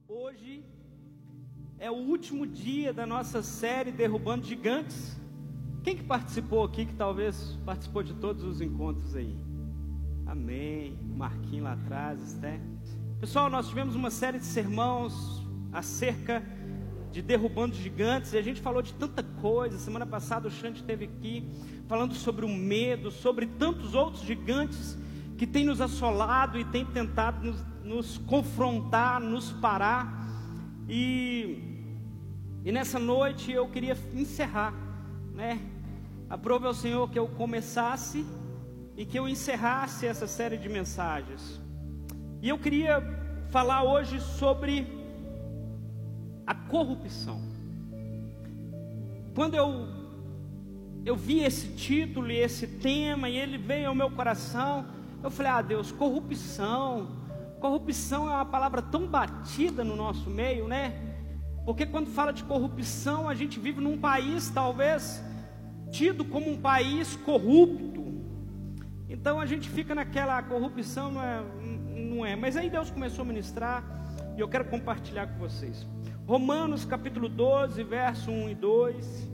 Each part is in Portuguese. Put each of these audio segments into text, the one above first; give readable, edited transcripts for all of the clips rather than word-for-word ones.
Hoje é o último dia da nossa série Derrubando Gigantes. Quem que participou aqui, que talvez participou de todos os encontros aí? Amém. Marquinhos lá atrás, Esté. Pessoal, nós tivemos uma série de sermãos acerca de derrubando gigantes, e a gente falou de tanta coisa. Semana passada o Xande esteve aqui falando sobre o medo, sobre tantos outros gigantes que têm nos assolado e têm tentado nos confrontar, nos parar. E nessa noite eu queria encerrar, né? Aprove ao Senhor que eu começasse e que eu encerrasse essa série de mensagens. E eu queria falar hoje sobre a corrupção. Quando eu vi esse título e esse tema, e ele veio ao meu coração, eu falei: Deus, corrupção é uma palavra tão batida no nosso meio, né? Porque quando fala de corrupção, a gente vive num país talvez tido como um país corrupto. Então a gente fica naquela corrupção, não é. Mas aí Deus começou a ministrar, e eu quero compartilhar com vocês. Romanos capítulo 12, verso 1 e 2.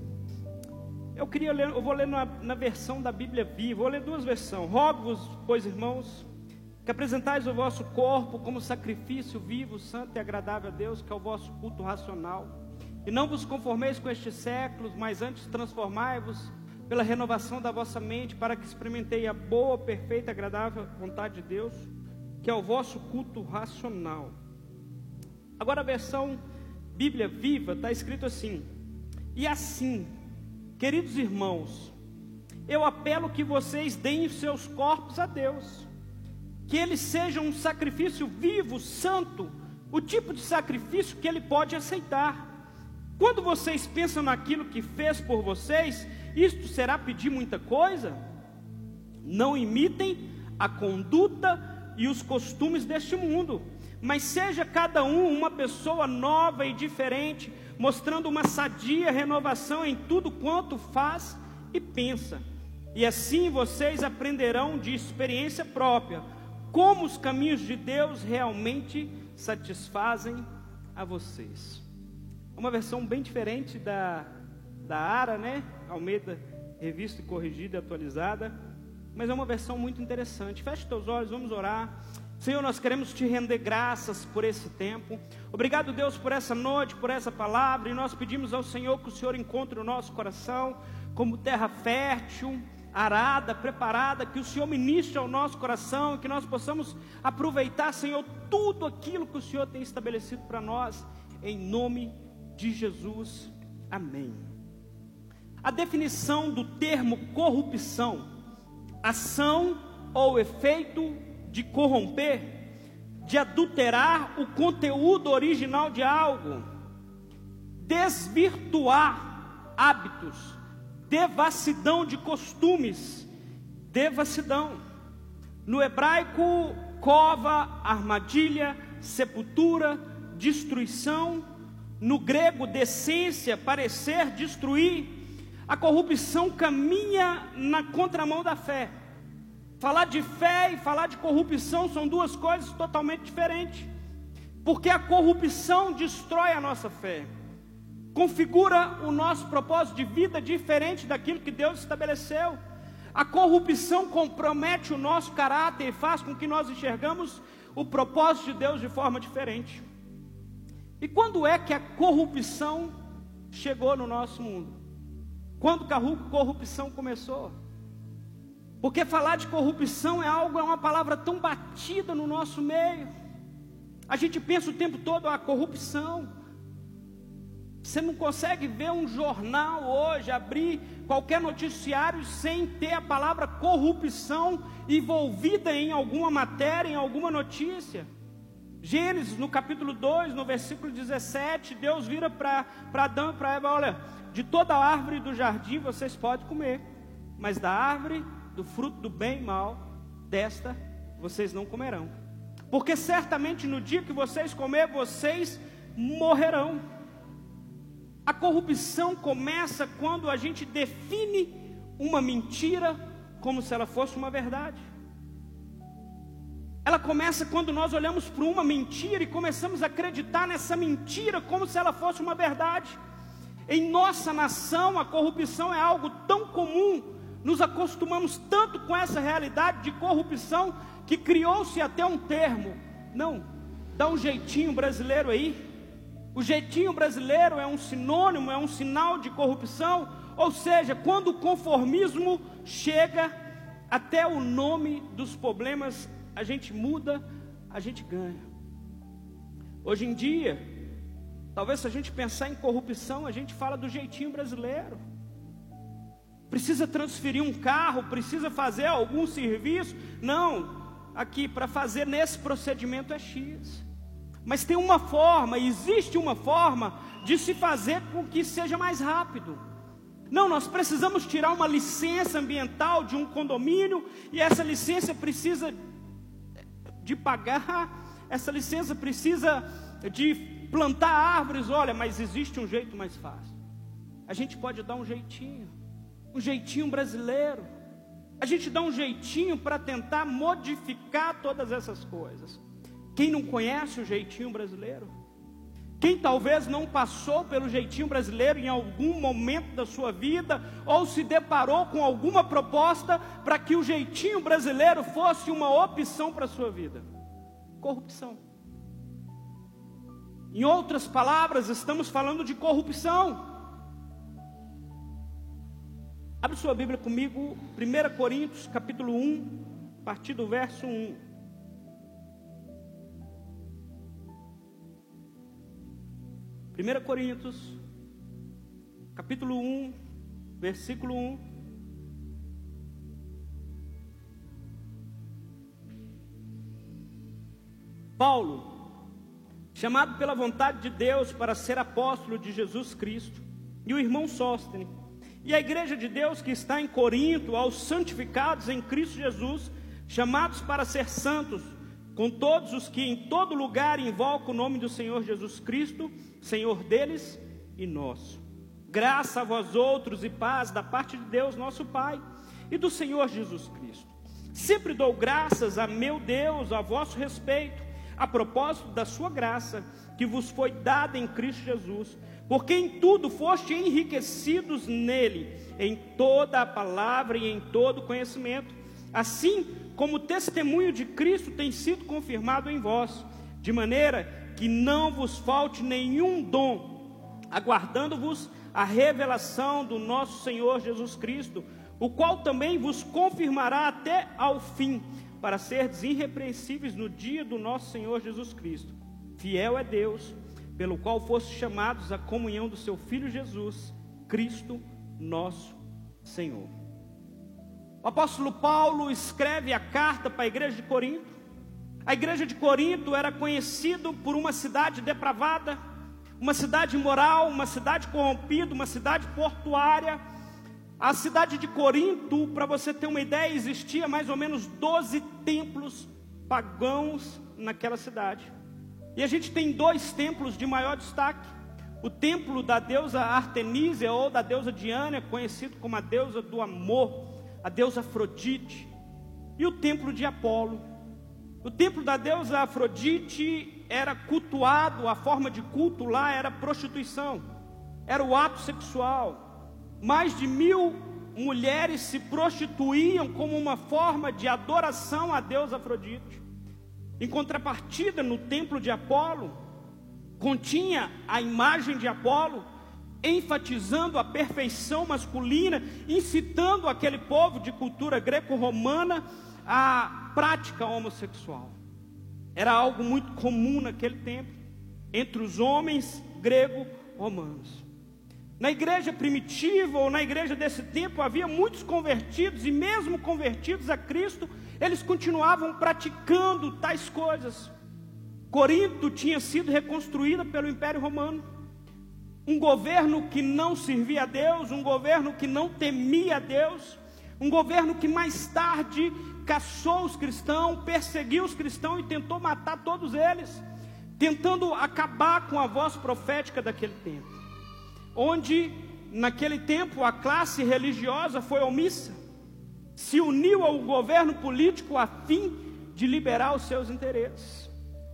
Eu vou ler na versão da Bíblia Viva. Vou ler duas versões. Rogo-vos, pois, irmãos, que apresentais o vosso corpo como sacrifício vivo, santo e agradável a Deus, que é o vosso culto racional. E não vos conformeis com estes séculos, mas antes transformai-vos pela renovação da vossa mente, para que experimentei a boa, perfeita e agradável vontade de Deus, que é o vosso culto racional. Agora a versão Bíblia Viva está escrito assim: e assim, queridos irmãos, eu apelo que vocês deem os seus corpos a Deus, que eles sejam um sacrifício vivo, santo, o tipo de sacrifício que Ele pode aceitar. Quando vocês pensam naquilo que fez por vocês, isto será pedir muita coisa? Não imitem a conduta e os costumes deste mundo, mas seja cada um uma pessoa nova e diferente, mostrando uma sadia renovação em tudo quanto faz e pensa. E assim vocês aprenderão de experiência própria como os caminhos de Deus realmente satisfazem a vocês. Uma versão bem diferente da Ara, né? Almeida, revista e corrigida e atualizada, mas é uma versão muito interessante. Feche teus olhos, vamos orar. Senhor, nós queremos te render graças por esse tempo. Obrigado, Deus, por essa noite, por essa palavra. E nós pedimos ao Senhor que o Senhor encontre o nosso coração como terra fértil, arada, preparada, que o Senhor ministre ao nosso coração, que nós possamos aproveitar, Senhor, tudo aquilo que o Senhor tem estabelecido para nós, em nome de Jesus, amém. A definição do termo corrupção: ação ou efeito de corromper, de adulterar o conteúdo original de algo, desvirtuar hábitos, devassidão de costumes, devassidão. No hebraico, cova, armadilha, sepultura, destruição. No grego, decência, parecer, destruir. A corrupção caminha na contramão da fé. Falar de fé e falar de corrupção são duas coisas totalmente diferentes, porque a corrupção destrói a nossa fé, configura o nosso propósito de vida diferente daquilo que Deus estabeleceu. A corrupção compromete o nosso caráter e faz com que nós enxergamos o propósito de Deus de forma diferente. E quando é que a corrupção chegou no nosso mundo? Quando a corrupção começou? Porque falar de corrupção é uma palavra tão batida no nosso meio. A gente pensa o tempo todo a corrupção. Você não consegue ver um jornal hoje, abrir qualquer noticiário sem ter a palavra corrupção envolvida em alguma matéria, em alguma notícia. Gênesis, no capítulo 2, no versículo 17, Deus vira para Adão e para Eva: olha, de toda árvore do jardim vocês podem comer, mas da árvore do fruto do bem e mal, desta vocês não comerão, porque certamente no dia que vocês comer, vocês morrerão. A corrupção começa quando a gente define uma mentira como se ela fosse uma verdade. Ela começa quando nós olhamos para uma mentira e começamos a acreditar nessa mentira como se ela fosse uma verdade. Em nossa nação, a corrupção é algo tão comum, nos acostumamos tanto com essa realidade de corrupção, que criou-se até um termo. Não, dá um jeitinho brasileiro aí. O jeitinho brasileiro é um sinônimo, é um sinal de corrupção. Ou seja, quando o conformismo chega, até o nome dos problemas a gente muda, a gente ganha. Hoje em dia, talvez se a gente pensar em corrupção, a gente fala do jeitinho brasileiro. Precisa transferir um carro, precisa fazer algum serviço. Não, aqui para fazer nesse procedimento é X. Mas tem uma forma, existe uma forma de se fazer com que seja mais rápido. Não, nós precisamos tirar uma licença ambiental de um condomínio, e essa licença precisa de pagar, essa licença precisa de plantar árvores. Olha, mas existe um jeito mais fácil. A gente pode dar um jeitinho brasileiro. A gente dá um jeitinho para tentar modificar todas essas coisas. Quem não conhece o jeitinho brasileiro? Quem talvez não passou pelo jeitinho brasileiro em algum momento da sua vida, ou se deparou com alguma proposta para que o jeitinho brasileiro fosse uma opção para a sua vida? Corrupção. Em outras palavras, estamos falando de corrupção. Abre sua Bíblia comigo, 1 Coríntios, capítulo 1, a partir do verso 1. 1 Coríntios, capítulo 1, versículo 1. Paulo, chamado pela vontade de Deus para ser apóstolo de Jesus Cristo, e o irmão Sóstenes, e a igreja de Deus que está em Corinto, aos santificados em Cristo Jesus, chamados para ser santos, com todos os que em todo lugar invocam o nome do Senhor Jesus Cristo, Senhor deles e nosso. Graça a vós outros e paz da parte de Deus nosso Pai e do Senhor Jesus Cristo. Sempre dou graças a meu Deus a vosso respeito, a propósito da sua graça, que vos foi dada em Cristo Jesus, porque em tudo foste enriquecidos nele, em toda a palavra e em todo conhecimento, assim como o testemunho de Cristo tem sido confirmado em vós, de maneira que não vos falte nenhum dom, aguardando-vos a revelação do nosso Senhor Jesus Cristo, o qual também vos confirmará até ao fim, para serdes irrepreensíveis no dia do nosso Senhor Jesus Cristo. Fiel é Deus, pelo qual fostes chamados à comunhão do seu Filho Jesus, Cristo nosso Senhor. O apóstolo Paulo escreve a carta para a igreja de Corinto. A igreja de Corinto era conhecida por uma cidade depravada, uma cidade imoral, uma cidade corrompida, uma cidade portuária. A cidade de Corinto, para você ter uma ideia, existia mais ou menos 12 templos pagãos naquela cidade. E a gente tem 2 templos de maior destaque. O templo da deusa Artemísia, ou da deusa Diana, conhecido como a deusa do amor, a deusa Afrodite, e o templo de Apolo. O templo da deusa Afrodite era cultuado, a forma de culto lá era prostituição, era o ato sexual. Mais de 1000 mulheres se prostituíam como uma forma de adoração à deusa Afrodite. Em contrapartida, no templo de Apolo, continha a imagem de Apolo, enfatizando a perfeição masculina, incitando aquele povo de cultura greco-romana à prática homossexual. Era algo muito comum naquele tempo, entre os homens grego-romanos. Na igreja primitiva, ou na igreja desse tempo, havia muitos convertidos, e mesmo convertidos a Cristo, eles continuavam praticando tais coisas. Corinto tinha sido reconstruída pelo Império Romano, um governo que não servia a Deus, um governo que não temia a Deus, um governo que mais tarde caçou os cristãos, perseguiu os cristãos e tentou matar todos eles, tentando acabar com a voz profética daquele tempo, onde naquele tempo a classe religiosa foi omissa, se uniu ao governo político a fim de liberar os seus interesses.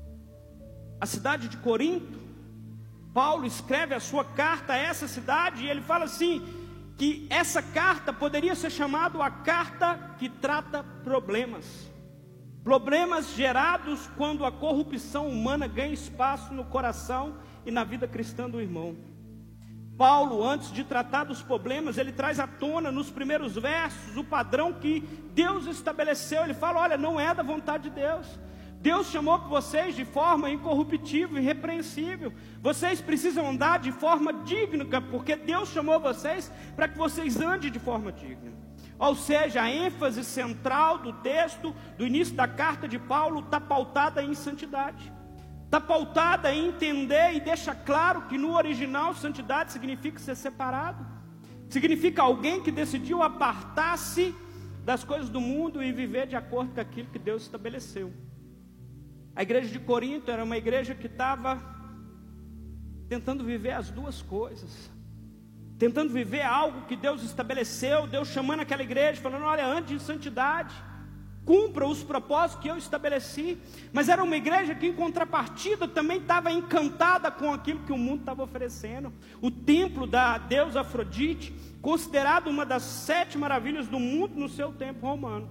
A cidade de Corinto, Paulo escreve a sua carta a essa cidade, e ele fala assim, que essa carta poderia ser chamada a carta que trata problemas. Problemas gerados quando a corrupção humana ganha espaço no coração e na vida cristã do irmão. Paulo, antes de tratar dos problemas, ele traz à tona nos primeiros versos o padrão que Deus estabeleceu. Ele fala, olha, não é da vontade de Deus. Deus chamou vocês de forma incorruptível e irrepreensível. Vocês precisam andar de forma digna, porque Deus chamou vocês para que vocês andem de forma digna. Ou seja, a ênfase central do texto, do início da carta de Paulo, está pautada em santidade. Está pautada em entender e deixa claro que no original santidade significa ser separado. Significa alguém que decidiu apartar-se das coisas do mundo e viver de acordo com aquilo que Deus estabeleceu. A igreja de Corinto era uma igreja que estava tentando viver as duas coisas. Tentando viver algo que Deus estabeleceu, Deus chamando aquela igreja, falando, olha, ande em santidade, cumpra os propósitos que eu estabeleci. Mas era uma igreja que em contrapartida também estava encantada com aquilo que o mundo estava oferecendo. O templo da deusa Afrodite, considerado uma das 7 maravilhas do mundo no seu tempo romano.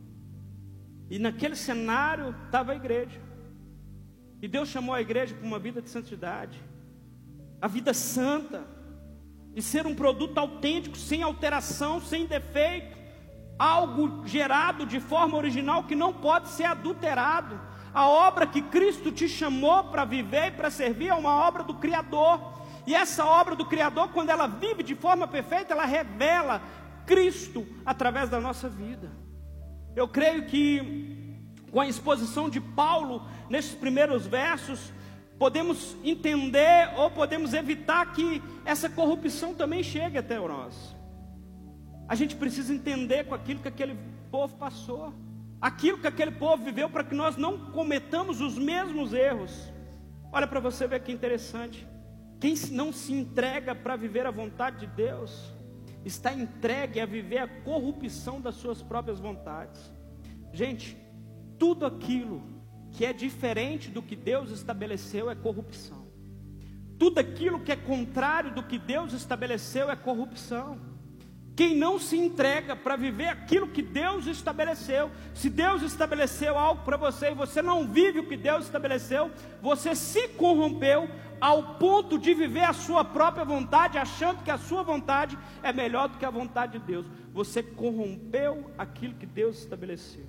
E naquele cenário estava a igreja. E Deus chamou a igreja para uma vida de santidade, a vida santa, e ser um produto autêntico, sem alteração, sem defeito, algo gerado de forma original que não pode ser adulterado. A obra que Cristo te chamou para viver e para servir é uma obra do Criador, e essa obra do Criador, quando ela vive de forma perfeita, ela revela Cristo através da nossa vida. Eu creio que com a exposição de Paulo nesses primeiros versos, podemos entender ou podemos evitar que essa corrupção também chegue até nós. A gente precisa entender com aquilo que aquele povo passou, aquilo que aquele povo viveu, para que nós não cometamos os mesmos erros. Olha para você ver que interessante. Quem não se entrega para viver a vontade de Deus, está entregue a viver a corrupção das suas próprias vontades. Gente, tudo aquilo que é diferente do que Deus estabeleceu é corrupção. Tudo aquilo que é contrário do que Deus estabeleceu é corrupção. Quem não se entrega para viver aquilo que Deus estabeleceu, se Deus estabeleceu algo para você e você não vive o que Deus estabeleceu, você se corrompeu ao ponto de viver a sua própria vontade, achando que a sua vontade é melhor do que a vontade de Deus. Você corrompeu aquilo que Deus estabeleceu.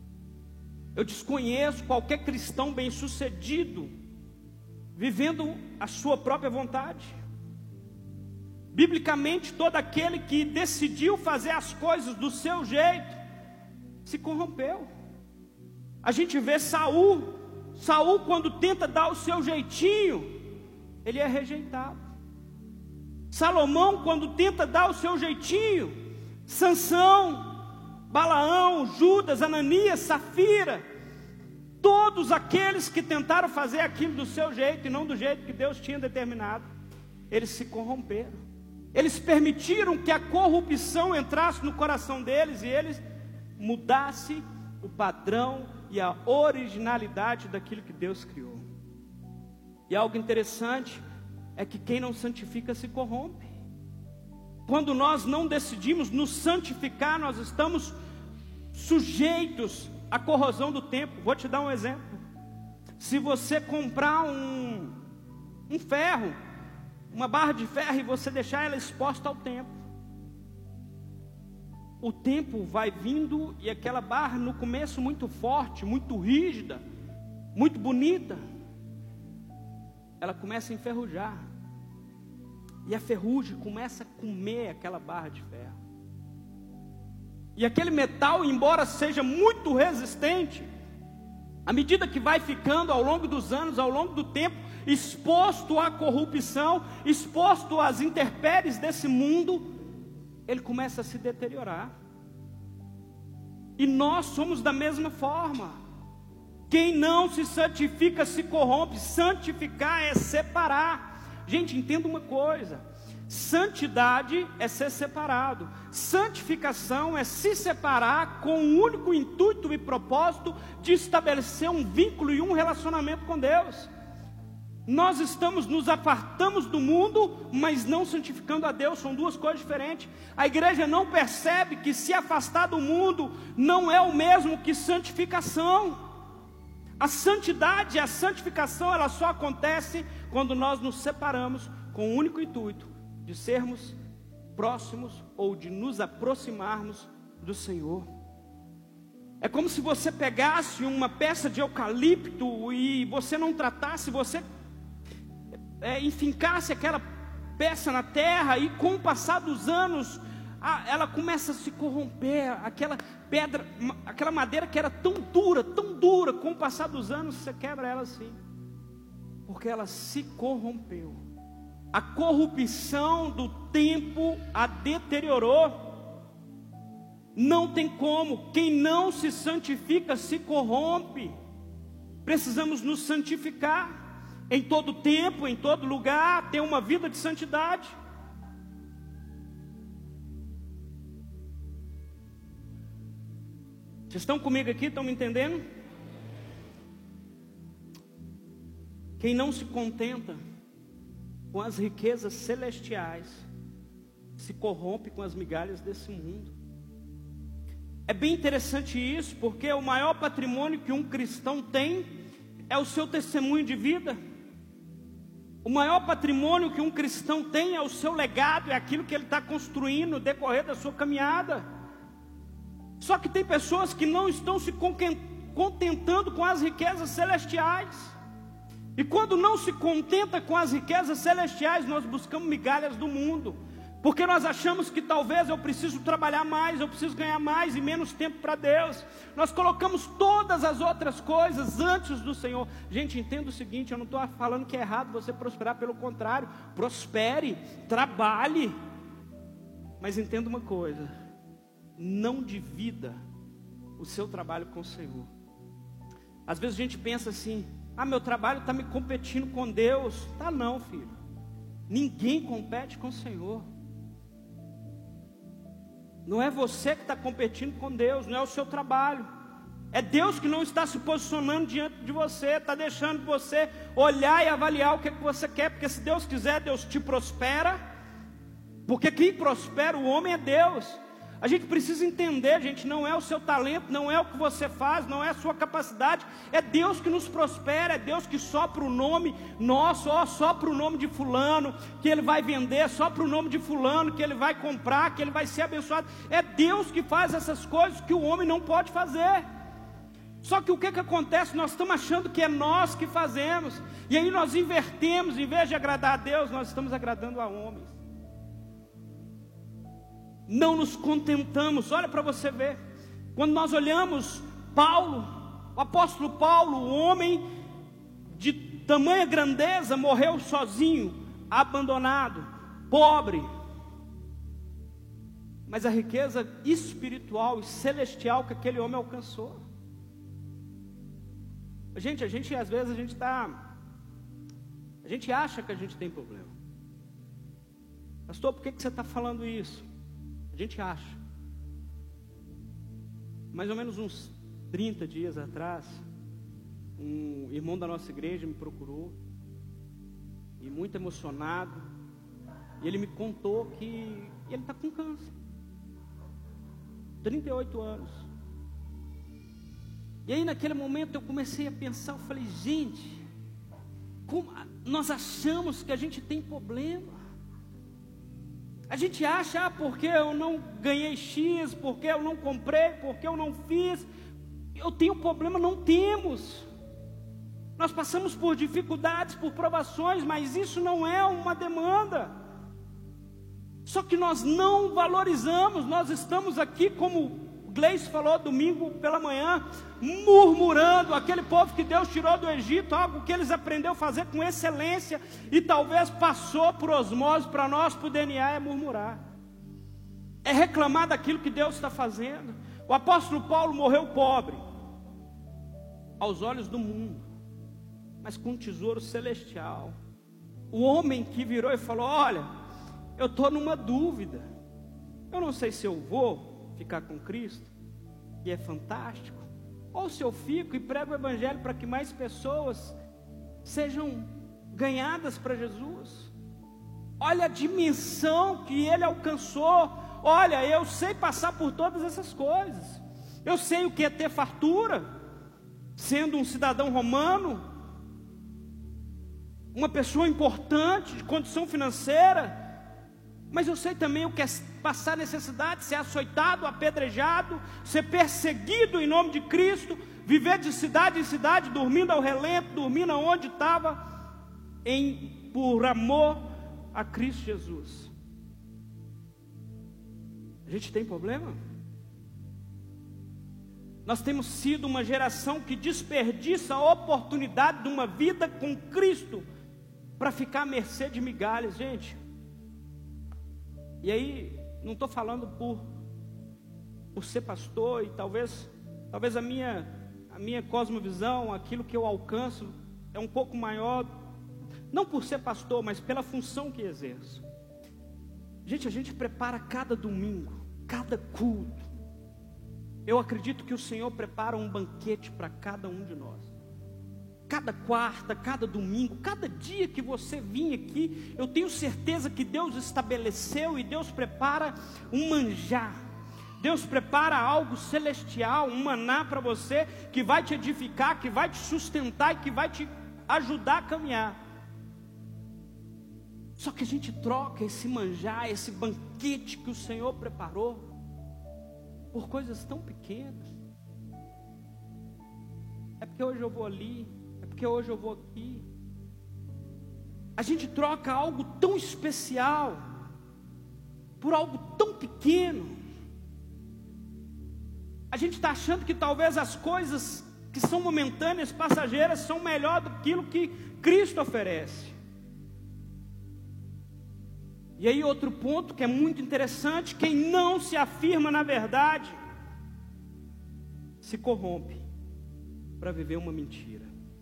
Eu desconheço qualquer cristão bem-sucedido vivendo a sua própria vontade. Biblicamente, todo aquele que decidiu fazer as coisas do seu jeito se corrompeu. A gente vê Saul, quando tenta dar o seu jeitinho, ele é rejeitado. Salomão, quando tenta dar o seu jeitinho, Sansão, Balaão, Judas, Ananias, Safira, todos aqueles que tentaram fazer aquilo do seu jeito e não do jeito que Deus tinha determinado, eles se corromperam. Eles permitiram que a corrupção entrasse no coração deles e eles mudassem o padrão e a originalidade daquilo que Deus criou. E algo interessante é que quem não santifica se corrompe. Quando nós não decidimos nos santificar, nós estamos sujeitos à corrosão do tempo. Vou te dar um exemplo. Se você comprar um ferro, uma barra de ferro, e você deixar ela exposta ao tempo, o tempo vai vindo e aquela barra no começo muito forte, muito rígida, muito bonita, ela começa a enferrujar. E a ferrugem começa a comer aquela barra de ferro. E aquele metal, embora seja muito resistente, à medida que vai ficando ao longo dos anos, ao longo do tempo, exposto à corrupção, exposto às intempéries desse mundo, ele começa a se deteriorar. E nós somos da mesma forma. Quem não se santifica se corrompe. Santificar é separar. Gente, entenda uma coisa: Santidade é ser separado. Santificação é se separar com o único intuito e propósito de estabelecer um vínculo e um relacionamento com Deus. Nós nos apartamos do mundo, mas não santificando a Deus, são duas coisas diferentes. A igreja não percebe que se afastar do mundo não é o mesmo que santificação. A santidade, a santificação, ela só acontece quando nós nos separamos com o único intuito de sermos próximos ou de nos aproximarmos do Senhor. É como se você pegasse uma peça de eucalipto e você não tratasse, você enfincasse aquela peça na terra e com o passar dos anos, ela começa a se corromper, aquela pedra, aquela madeira que era tão dura, com o passar dos anos você quebra ela assim, porque ela se corrompeu. A corrupção do tempo a deteriorou. Não tem como. Quem não se santifica se corrompe. Precisamos nos santificar em todo tempo, em todo lugar, ter uma vida de santidade. Vocês estão comigo aqui? Estão me entendendo? Quem não se contenta com as riquezas celestiais se corrompe com as migalhas desse mundo. É bem interessante isso, porque o maior patrimônio que um cristão tem é o seu testemunho de vida. O maior patrimônio que um cristão tem é o seu legado, é aquilo que ele está construindo no decorrer da sua caminhada. Só que tem pessoas que não estão se contentando com as riquezas celestiais. E quando não se contenta com as riquezas celestiais, nós buscamos migalhas do mundo, porque nós achamos que talvez eu preciso trabalhar mais, eu preciso ganhar mais e menos tempo para Deus. Nós colocamos todas as outras coisas antes do Senhor. Gente, entenda o seguinte, eu não estou falando que é errado você prosperar, pelo contrário, prospere, trabalhe, mas entenda uma coisa, não divida o seu trabalho com o Senhor. Às vezes a gente pensa assim: meu trabalho está me competindo com Deus. Tá não, filho. Ninguém compete com o Senhor. Não é você que está competindo com Deus, não é o seu trabalho. É Deus que não está se posicionando diante de você, está deixando você olhar e avaliar o que você quer, porque se Deus quiser, Deus te prospera, porque quem prospera o homem é Deus. A gente precisa entender, gente, não é o seu talento, não é o que você faz, não é a sua capacidade, é Deus que nos prospera, é Deus que sopra o nome nosso, sopra o nome de fulano, que ele vai vender, sopra o nome de fulano, que ele vai comprar, que ele vai ser abençoado. É Deus que faz essas coisas que o homem não pode fazer. Só que o que acontece? Nós estamos achando que é nós que fazemos, e aí nós invertemos, em vez de agradar a Deus, nós estamos agradando a homens. Não nos contentamos. Olha para você ver, quando nós olhamos Paulo, o apóstolo Paulo, o homem de tamanha grandeza, morreu sozinho, abandonado, pobre, mas a riqueza espiritual e celestial que aquele homem alcançou. Gente, às vezes a gente acha que a gente tem problema. Pastor, por que você está falando isso? A gente acha. Mais ou menos uns 30 dias atrás, um irmão da nossa igreja me procurou, e muito emocionado, e ele me contou que ele está com câncer, 38 anos. E aí naquele momento eu comecei a pensar, eu falei, gente, como nós achamos que a gente tem problema. A gente acha, porque eu não ganhei X, porque eu não comprei, porque eu não fiz, eu tenho problema. Não temos. Nós passamos por dificuldades, por provações, mas isso não é uma demanda. Só que nós não valorizamos. Nós estamos aqui, como o Gleice falou domingo pela manhã, murmurando, aquele povo que Deus tirou do Egito, algo que eles aprenderam a fazer com excelência, e talvez passou por osmose para nós, para o DNA, é murmurar, é reclamar daquilo que Deus está fazendo. O apóstolo Paulo morreu pobre, aos olhos do mundo, mas com um tesouro celestial. O homem que virou e falou, olha, eu estou numa dúvida. Eu não sei se eu vou ficar com Cristo, que é fantástico, ou se eu fico e prego o Evangelho para que mais pessoas sejam ganhadas para Jesus. Olha a dimensão que ele alcançou. Olha, eu sei passar por todas essas coisas. Eu sei o que é ter fartura, sendo um cidadão romano, uma pessoa importante, de condição financeira. Mas eu sei também o que é passar necessidade, ser açoitado, apedrejado, ser perseguido em nome de Cristo, viver de cidade em cidade, dormindo ao relento, dormindo onde estava, por amor a Cristo Jesus. A gente tem problema? Nós temos sido uma geração que desperdiça a oportunidade de uma vida com Cristo para ficar à mercê de migalhas, gente. E aí, não estou falando por ser pastor, e talvez a minha cosmovisão, aquilo que eu alcanço, é um pouco maior, não por ser pastor, mas pela função que exerço. Gente, a gente prepara cada domingo, cada culto. Eu acredito que o Senhor prepara um banquete para cada um de nós. Cada quarta, cada domingo, cada dia que você vir aqui, eu tenho certeza que Deus estabeleceu e Deus prepara um manjar. Deus prepara algo celestial, um maná para você, que vai te edificar, que vai te sustentar e que vai te ajudar a caminhar. Só que a gente troca esse manjar, esse banquete que o Senhor preparou, por coisas tão pequenas. É porque hoje eu vou ali, é porque hoje eu vou aqui. A gente troca algo tão especial por algo tão pequeno. A gente está achando que talvez as coisas que são momentâneas, passageiras, são melhor do que aquilo que Cristo oferece. E aí outro ponto que é muito interessante: quem não se afirma na verdade, se corrompe para viver uma mentira.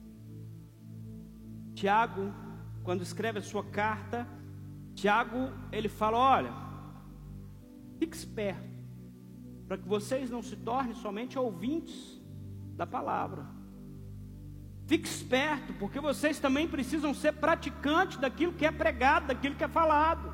Tiago, quando escreve a sua carta, Tiago, ele fala: olha, fique esperto, para que vocês não se tornem somente ouvintes da palavra. Fique esperto, porque vocês também precisam ser praticantes daquilo que é pregado, daquilo que é falado.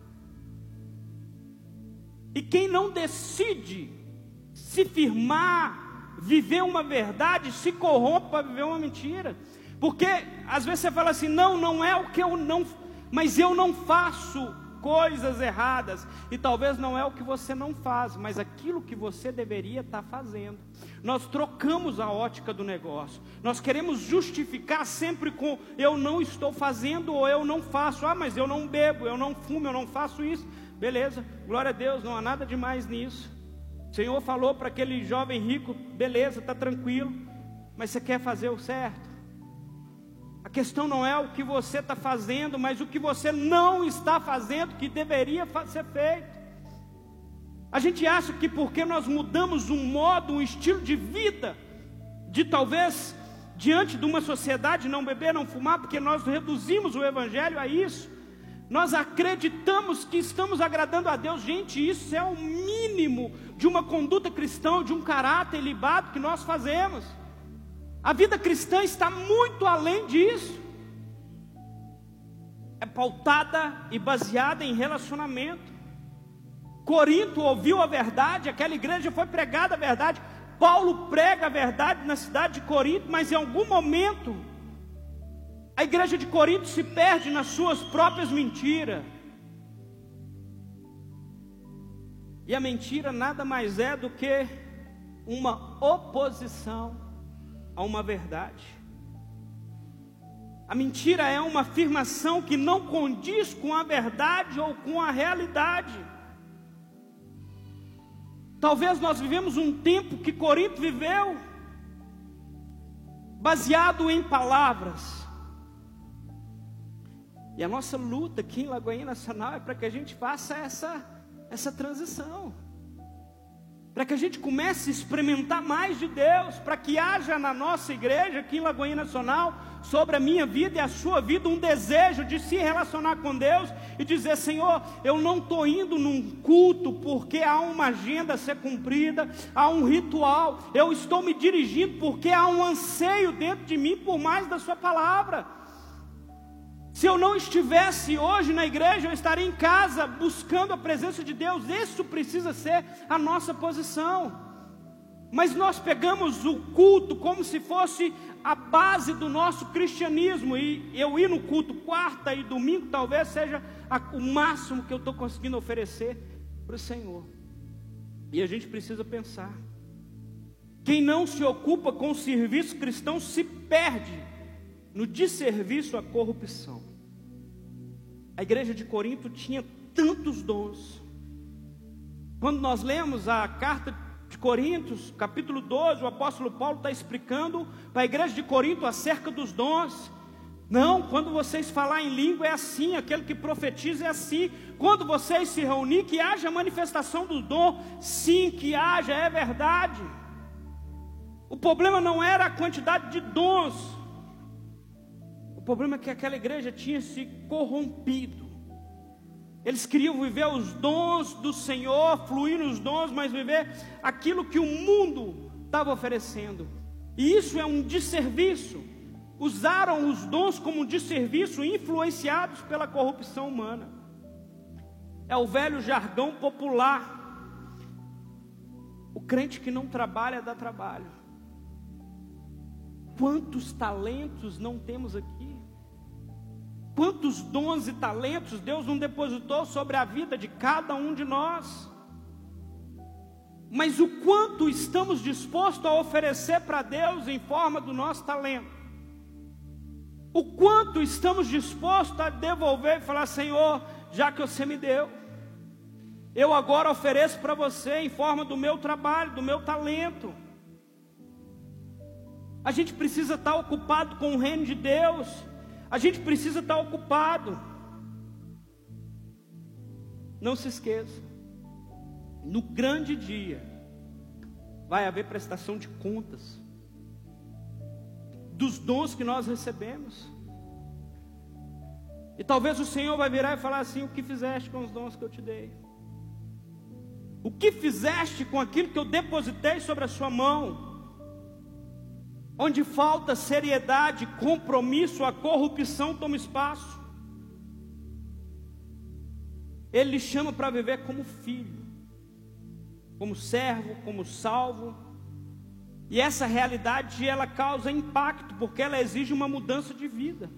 E quem não decide se firmar, viver uma verdade, se corrompe para viver uma mentira. Porque às vezes você fala assim: não é o que eu não, mas eu não faço coisas erradas. E talvez não é o que você não faz, mas aquilo que você deveria estar fazendo. Nós trocamos a ótica do negócio. Nós queremos justificar sempre com eu não estou fazendo ou eu não faço. Ah, mas eu não bebo, eu não fumo, eu não faço isso. Beleza, glória a Deus, não há nada demais nisso. O Senhor falou para aquele jovem rico: beleza, está tranquilo, mas você quer fazer o certo. A questão não é o que você está fazendo, mas o que você não está fazendo, que deveria ser feito. A gente acha que porque nós mudamos um modo, um estilo de vida, de talvez diante de uma sociedade não beber, não fumar, porque nós reduzimos o evangelho a isso, nós acreditamos que estamos agradando a Deus. Gente, isso é o mínimo de uma conduta cristã, de um caráter ilibado que nós fazemos. A vida cristã está muito além disso. É pautada e baseada em relacionamento. Corinto ouviu a verdade, aquela igreja foi pregada a verdade. Paulo prega a verdade na cidade de Corinto, mas em algum momento a igreja de Corinto se perde nas suas próprias mentiras. E a mentira nada mais é do que uma oposição a uma verdade. A mentira é uma afirmação que não condiz com a verdade ou com a realidade. Talvez nós vivemos um tempo que Corinto viveu, baseado em palavras. E a nossa luta aqui em Lagoinha Nacional é para que a gente faça essa transição. para que a gente comece a experimentar mais de Deus, para que haja na nossa igreja, aqui em Lagoinha Nacional, sobre a minha vida e a sua vida, um desejo de se relacionar com Deus e dizer: Senhor, eu não estou indo num culto porque há uma agenda a ser cumprida, há um ritual, eu estou me dirigindo porque há um anseio dentro de mim por mais da sua palavra. Se eu não estivesse hoje na igreja, eu estaria em casa buscando a presença de Deus. Isso precisa ser a nossa posição. Mas nós pegamos o culto como se fosse a base do nosso cristianismo. E eu ir no culto quarta e domingo talvez seja o máximo que eu estou conseguindo oferecer para o Senhor. E a gente precisa pensar: quem não se ocupa com o serviço cristão se perde no desserviço à corrupção. A igreja de Corinto tinha tantos dons. Quando nós lemos a carta de Coríntios, capítulo 12, o apóstolo Paulo está explicando para a igreja de Corinto acerca dos dons. Não, quando vocês falarem em língua é assim, aquele que profetiza é assim. Quando vocês se reunirem, que haja manifestação do dom. Sim, que haja, é verdade. O problema não era a quantidade de dons. O problema é que aquela igreja tinha se corrompido. Eles queriam viver os dons do Senhor, fluir nos dons, mas viver aquilo que o mundo estava oferecendo. E isso é um desserviço. Usaram os dons como um desserviço, influenciados pela corrupção humana. É o velho jargão popular: o crente que não trabalha dá trabalho. Quantos talentos não temos aqui? Quantos dons e talentos Deus não depositou sobre a vida de cada um de nós? Mas o quanto estamos dispostos a oferecer para Deus em forma do nosso talento? O quanto estamos dispostos a devolver e falar: Senhor, já que você me deu, eu agora ofereço para você em forma do meu trabalho, do meu talento. A gente precisa estar ocupado com o reino de Deus. A gente precisa estar ocupado. Não se esqueça, no grande dia vai haver prestação de contas dos dons que nós recebemos. E talvez o Senhor vai virar e falar assim: o que fizeste com os dons que eu te dei? O que fizeste com aquilo que eu depositei sobre a sua mão? Onde falta seriedade, compromisso, a corrupção toma espaço. Ele lhe chama para viver como filho, como servo, como salvo. E essa realidade, ela causa impacto, porque ela exige uma mudança de vida.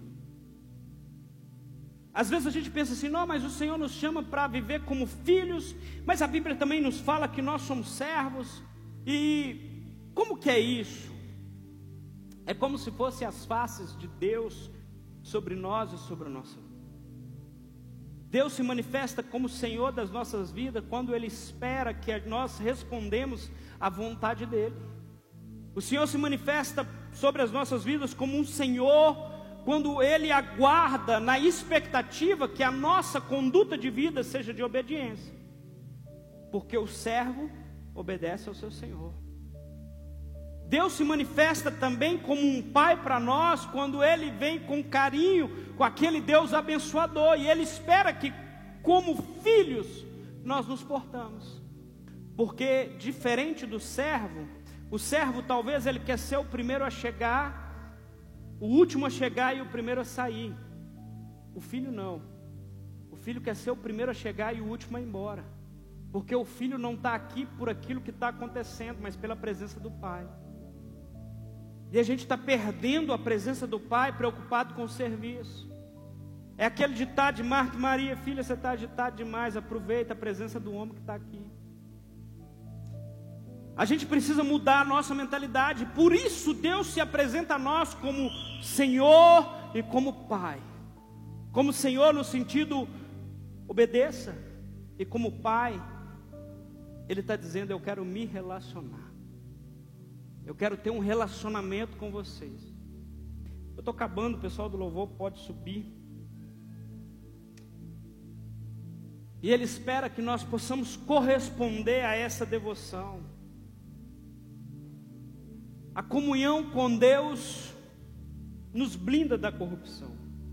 Às vezes a gente pensa assim: não, mas o Senhor nos chama para viver como filhos, mas a Bíblia também nos fala que nós somos servos. E como que é isso? É como se fossem as faces de Deus sobre nós e sobre a nossa vida. Deus se manifesta como Senhor das nossas vidas quando Ele espera que nós respondemos à vontade dEle. O Senhor se manifesta sobre as nossas vidas como um Senhor quando Ele aguarda na expectativa que a nossa conduta de vida seja de obediência. Porque o servo obedece ao seu Senhor. Deus se manifesta também como um pai para nós, quando Ele vem com carinho, com aquele Deus abençoador, e Ele espera que, como filhos, nós nos portamos. Porque, diferente do servo, o servo talvez ele quer ser o primeiro a chegar, o último a chegar e o primeiro a sair. O filho não. O filho quer ser o primeiro a chegar e o último a ir embora. Porque o filho não está aqui por aquilo que está acontecendo, mas pela presença do pai. E a gente está perdendo a presença do pai, preocupado com o serviço. É aquele ditado de Marta e Maria: filha, você está agitado demais, aproveita a presença do homem que está aqui. A gente precisa mudar a nossa mentalidade. Por isso Deus se apresenta a nós como Senhor e como Pai. Como Senhor no sentido, obedeça. E como Pai, Ele está dizendo: eu quero me relacionar. Eu quero ter um relacionamento com vocês. Eu estou acabando, o pessoal do louvor pode subir. E Ele espera que nós possamos corresponder a essa devoção. A comunhão com Deus nos blinda da corrupção.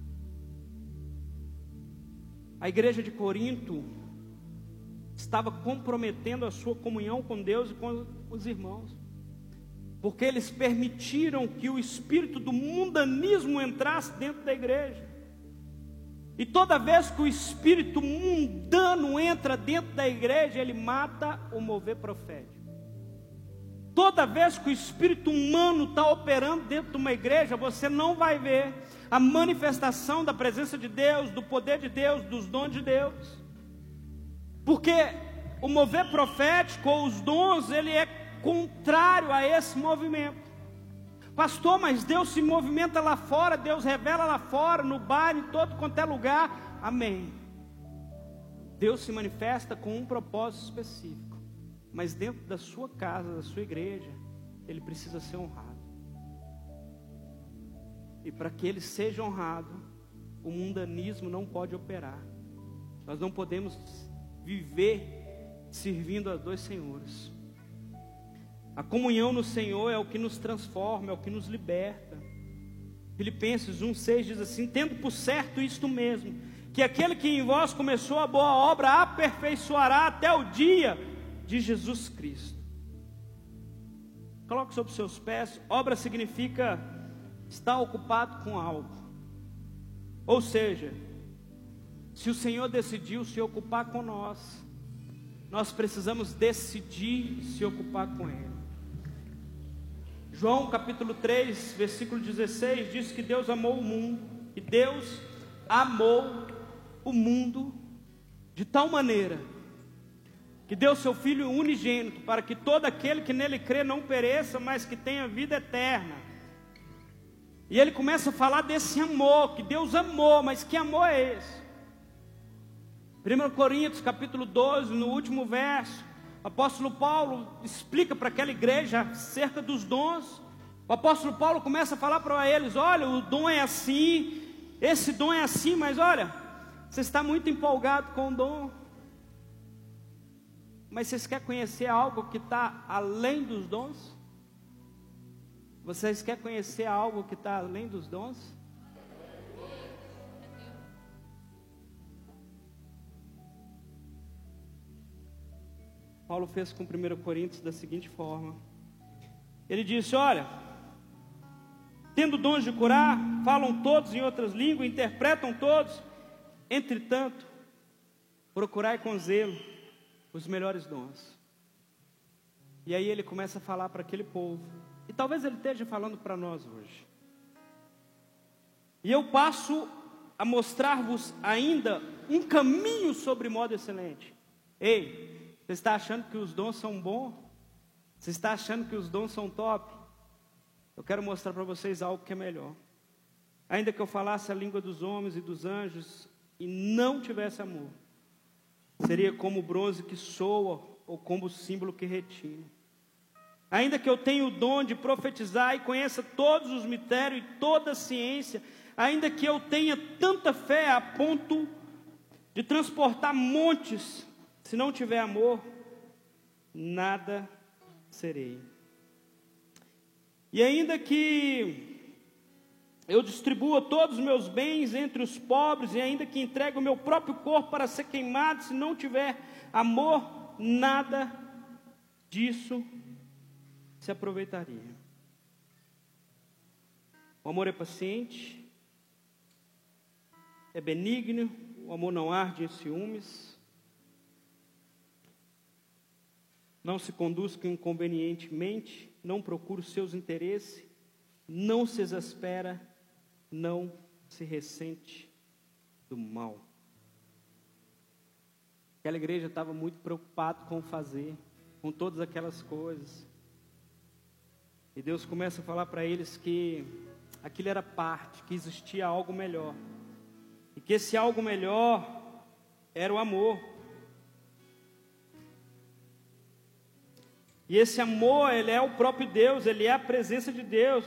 A igreja de Corinto estava comprometendo a sua comunhão com Deus e com os irmãos, porque eles permitiram que o espírito do mundanismo entrasse dentro da igreja. E toda vez que o espírito mundano entra dentro da igreja, ele mata o mover profético. Toda vez que o espírito humano está operando dentro de uma igreja, você não vai ver a manifestação da presença de Deus, do poder de Deus, dos dons de Deus. Porque o mover profético ou os dons, ele é contrário a esse movimento. Pastor, mas Deus se movimenta lá fora, Deus revela lá fora, no bar, em todo quanto é lugar. Amém. Deus se manifesta com um propósito específico, mas dentro da sua casa, da sua igreja, Ele precisa ser honrado. E para que Ele seja honrado, o mundanismo não pode operar. Nós não podemos viver servindo a dois senhores. A comunhão no Senhor é o que nos transforma, é o que nos liberta. Filipenses 1,6 diz assim: tendo por certo isto mesmo, que aquele que em vós começou a boa obra aperfeiçoará até o dia de Jesus Cristo. Coloque sobre os seus pés. Obra significa estar ocupado com algo. Ou seja, se o Senhor decidiu se ocupar com nós, nós precisamos decidir se ocupar com Ele. João capítulo 3, versículo 16 diz que Deus amou o mundo, e Deus amou o mundo de tal maneira que deu seu Filho unigênito, para que todo aquele que nele crê não pereça, mas que tenha vida eterna. E ele começa a falar desse amor, que Deus amou, mas que amor é esse? 1 Coríntios capítulo 12, no último verso, o apóstolo Paulo explica para aquela igreja acerca dos dons. O apóstolo Paulo começa a falar para eles: olha, o dom é assim, esse dom é assim, mas olha, você está muito empolgado com o dom, mas vocês querem conhecer algo que está além dos dons? Vocês querem conhecer algo que está além dos dons? Paulo fez com 1 Coríntios da seguinte forma. Ele disse: olha, tendo dons de curar, falam todos em outras línguas, interpretam todos. Entretanto, procurai com zelo os melhores dons. E aí ele começa a falar para aquele povo, e talvez ele esteja falando para nós hoje. E eu passo a mostrar-vos ainda um caminho sobre modo excelente. Ei, você está achando que os dons são bons? Você está achando que os dons são top? Eu quero mostrar para vocês algo que é melhor. Ainda que eu falasse a língua dos homens e dos anjos e não tivesse amor, seria como o bronze que soa ou como o símbolo que retina. Ainda que eu tenha o dom de profetizar e conheça todos os mistérios e toda a ciência, ainda que eu tenha tanta fé a ponto de transportar montes, se não tiver amor, nada serei. E ainda que eu distribua todos os meus bens entre os pobres, e ainda que entregue o meu próprio corpo para ser queimado, se não tiver amor, nada disso se aproveitaria. O amor é paciente, é benigno, o amor não arde em ciúmes, não se conduz inconvenientemente, não procura os seus interesses, não se exaspera, não se ressente do mal. Aquela igreja estava muito preocupada com fazer, com todas aquelas coisas. E Deus começa a falar para eles que aquilo era parte, que existia algo melhor. E que esse algo melhor era o amor. E esse amor, ele é o próprio Deus, ele é a presença de Deus.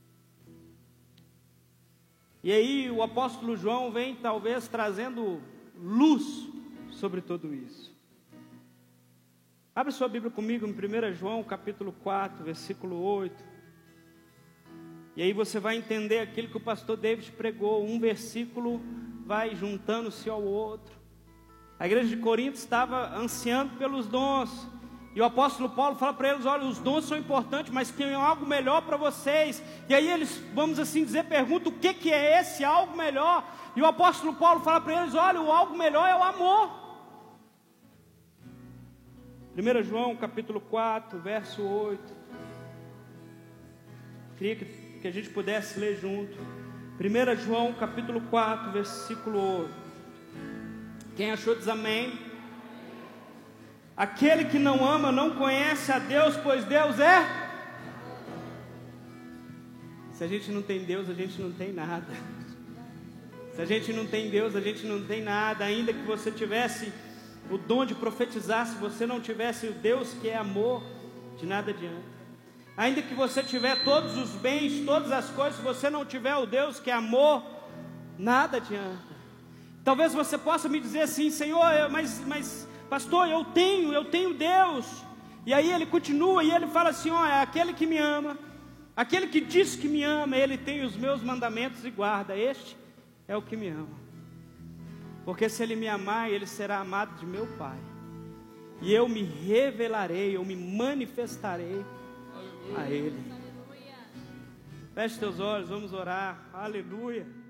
E aí o apóstolo João vem talvez trazendo luz sobre tudo isso. Abre sua Bíblia comigo em 1 João capítulo 4, versículo 8. E aí você vai entender aquilo que o pastor David pregou. Um versículo vai juntando-se ao outro. A igreja de Corinto estava ansiando pelos dons. E o apóstolo Paulo fala para eles: olha, os dons são importantes, mas tem algo melhor para vocês. E aí eles, vamos assim dizer, perguntam: o que é esse algo melhor? E o apóstolo Paulo fala para eles: olha, o algo melhor é o amor. 1 João capítulo 4, verso 8. Queria que a gente pudesse ler junto. 1 João capítulo 4, versículo 8. Quem achou diz amém. Aquele que não ama não conhece a Deus, pois Deus é. Se a gente não tem Deus, a gente não tem nada. Se a gente não tem Deus, a gente não tem nada. Ainda que você tivesse o dom de profetizar, se você não tivesse o Deus que é amor, de nada adianta. Ainda que você tiver todos os bens, todas as coisas, se você não tiver o Deus que é amor, nada adianta. Talvez você possa me dizer assim: Senhor, mas pastor, eu tenho Deus. E aí ele continua e ele fala assim: olha, aquele que me ama, aquele que diz que me ama, ele tem os meus mandamentos e guarda. Este é o que me ama. Porque se ele me amar, ele será amado de meu Pai. E eu me revelarei, eu me manifestarei a ele. Feche teus olhos, vamos orar. Aleluia.